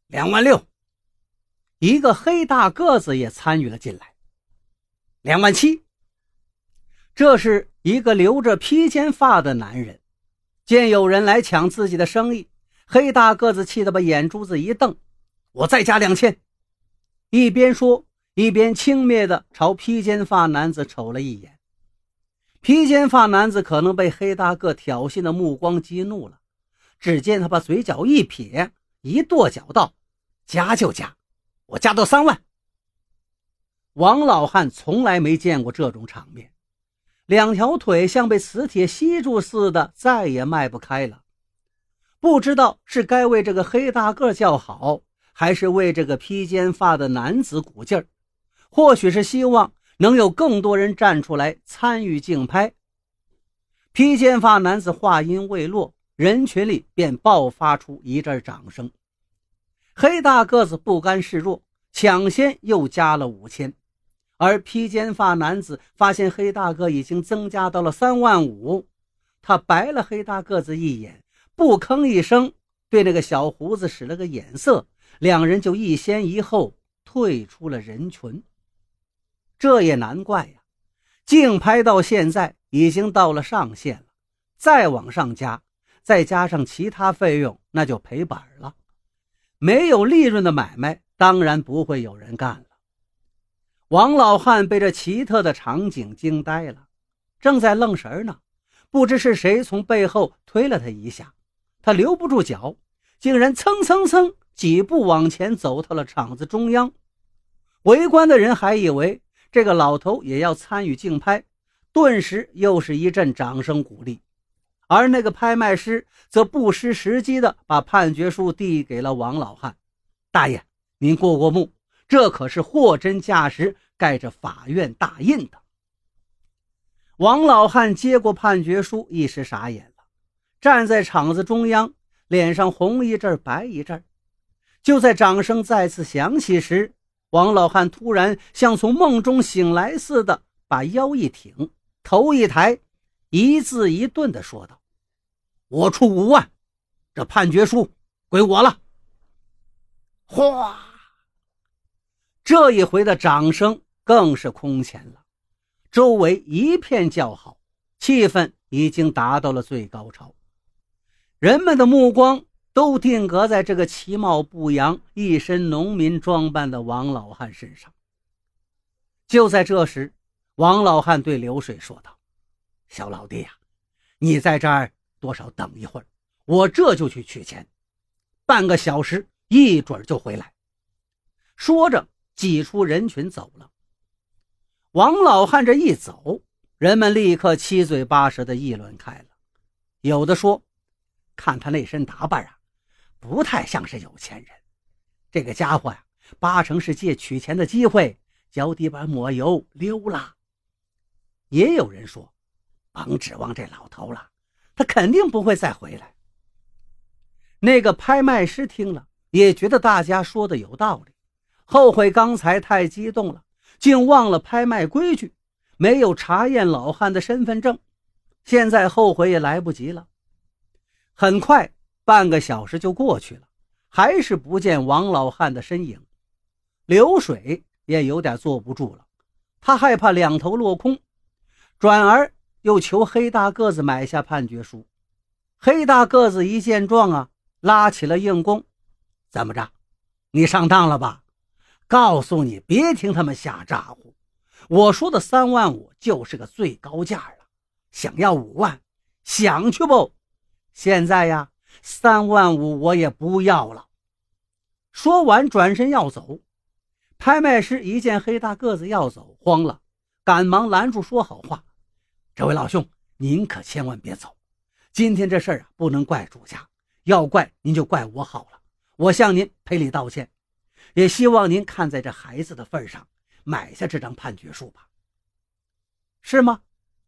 26000。一个黑大个子也参与了进来。27000。这是一个留着披肩发的男人，见有人来抢自己的生意，黑大个子气得把眼珠子一瞪，我再加2000。一边说一边轻蔑地朝披肩发男子瞅了一眼。披肩发男子可能被黑大个挑衅的目光激怒了，只见他把嘴角一撇，一跺脚道：加就加，我加到3万。王老汉从来没见过这种场面，两条腿像被磁铁吸住似的，再也迈不开了。不知道是该为这个黑大个叫好，还是为这个披肩发的男子鼓劲儿，或许是希望能有更多人站出来参与竞拍。披肩发男子话音未落，人群里便爆发出一阵掌声。黑大个子不甘示弱，抢先又加了5000。而披肩发男子发现黑大个已经增加到了3万5，他白了黑大个子一眼，不吭一声，对那个小胡子使了个眼色，两人就一先一后退出了人群。这也难怪呀，竞拍到现在已经到了上限了，再往上加，再加上其他费用，那就赔本了。没有利润的买卖当然不会有人干了。王老汉被这奇特的场景惊呆了，正在愣神呢，不知是谁从背后推了他一下，他留不住脚，竟然蹭蹭蹭几步往前走到了场子中央。围观的人还以为这个老头也要参与竞拍，顿时又是一阵掌声鼓励。而那个拍卖师则不失时机地把判决书递给了王老汉：大爷，您过过目，这可是货真价实盖着法院大印的。王老汉接过判决书，一时傻眼了，站在场子中央，脸上红一阵白一阵。就在掌声再次响起时，王老汉突然像从梦中醒来似的，把腰一挺，头一抬，一字一顿地说道：我出5万，这判决书归我了。哗！这一回的掌声更是空前了，周围一片叫好，气氛已经达到了最高潮。人们的目光都定格在这个其貌不扬、一身农民装扮的王老汉身上。就在这时，王老汉对流水说道：小老弟呀，你在这儿多少等一会儿，我这就去取钱，半个小时一准就回来。说着挤出人群走了。王老汉这一走，人们立刻七嘴八舌地议论开了。有的说，看他那身打扮啊，不太像是有钱人，这个家伙呀，8成是借取钱的机会脚底板抹油溜了。也有人说，甭指望这老头了，他肯定不会再回来。那个拍卖师听了也觉得大家说的有道理，后悔刚才太激动了，竟忘了拍卖规矩，没有查验老汉的身份证，现在后悔也来不及了。很快半个小时就过去了，还是不见王老汉的身影。流水也有点坐不住了，他害怕两头落空，转而又求黑大个子买下判决书。黑大个子一见状啊，拉起了硬弓：怎么着，你上当了吧？告诉你，别听他们瞎咋呼，我说的3万5就是个最高价了，想要5万，想去不？现在呀，3万5我也不要了。说完转身要走，拍卖师一见黑大个子要走，慌了，赶忙拦住说好话：这位老兄，您可千万别走，今天这事儿啊，不能怪主家，要怪您就怪我好了，我向您赔礼道歉，也希望您看在这孩子的份上，买下这张判决书吧。是吗？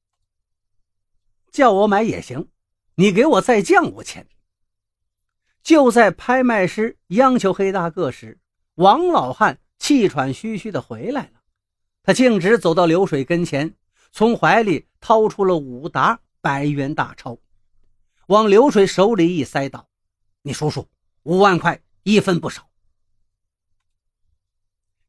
叫我买也行，你给我再降5千。就在拍卖师央求黑大个时，王老汉气喘吁吁地回来了。他径直走到流水跟前，从怀里掏出了5沓100元大钞，往流水手里一塞道：你数数，5万块，一分不少，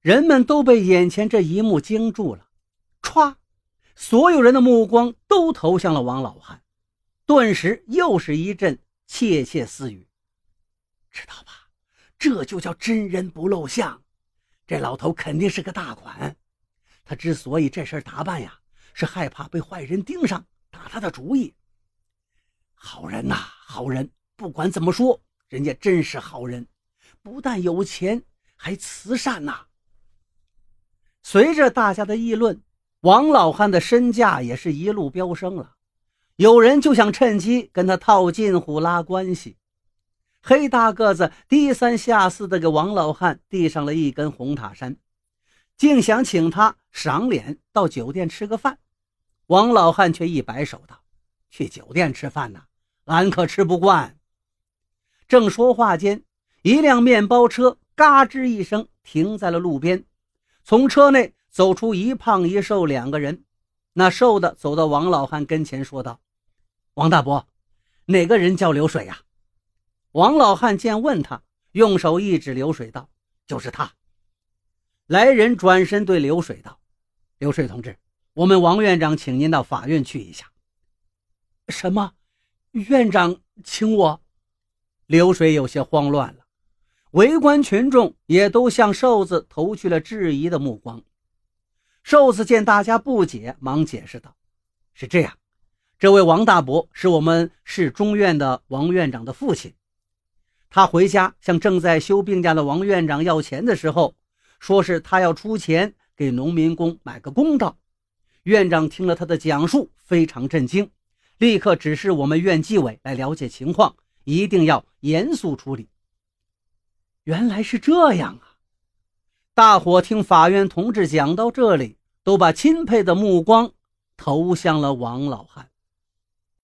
人们都被眼前这一幕惊住了。歘，所有人的目光都投向了王老汉，顿时又是一阵窃窃私语。知道吧，这就叫真人不露相，这老头肯定是个大款，他之所以这身打扮呀，是害怕被坏人盯上，打他的主意。好人呐，好人，不管怎么说，人家真是好人，不但有钱，还慈善呐。随着大家的议论，王老汉的身价也是一路飙升了，有人就想趁机跟他套近乎拉关系。黑大个子低三下四的给王老汉递上了一根红塔山，竟想请他赏脸到酒店吃个饭。王老汉却一摆手道：“去酒店吃饭呢，俺可吃不惯。”正说话间，一辆面包车嘎吱一声停在了路边，从车内走出一胖一瘦两个人。那瘦的走到王老汉跟前说道：“王大伯，哪个人叫流水呀？”王老汉见问他，用手一指流水道：“就是他。”来人转身对流水道：“流水同志，我们王院长请您到法院去一下。”“什么？院长请我？”流水有些慌乱了，围观群众也都向瘦子投去了质疑的目光。瘦子见大家不解，忙解释道：“是这样，这位王大伯是我们市中院的王院长的父亲。他回家向正在休病假的王院长要钱的时候，说是他要出钱给农民工买个公道。院长听了他的讲述，非常震惊，立刻指示我们院纪委来了解情况，一定要严肃处理。”原来是这样啊！大伙听法院同志讲到这里，都把钦佩的目光投向了王老汉。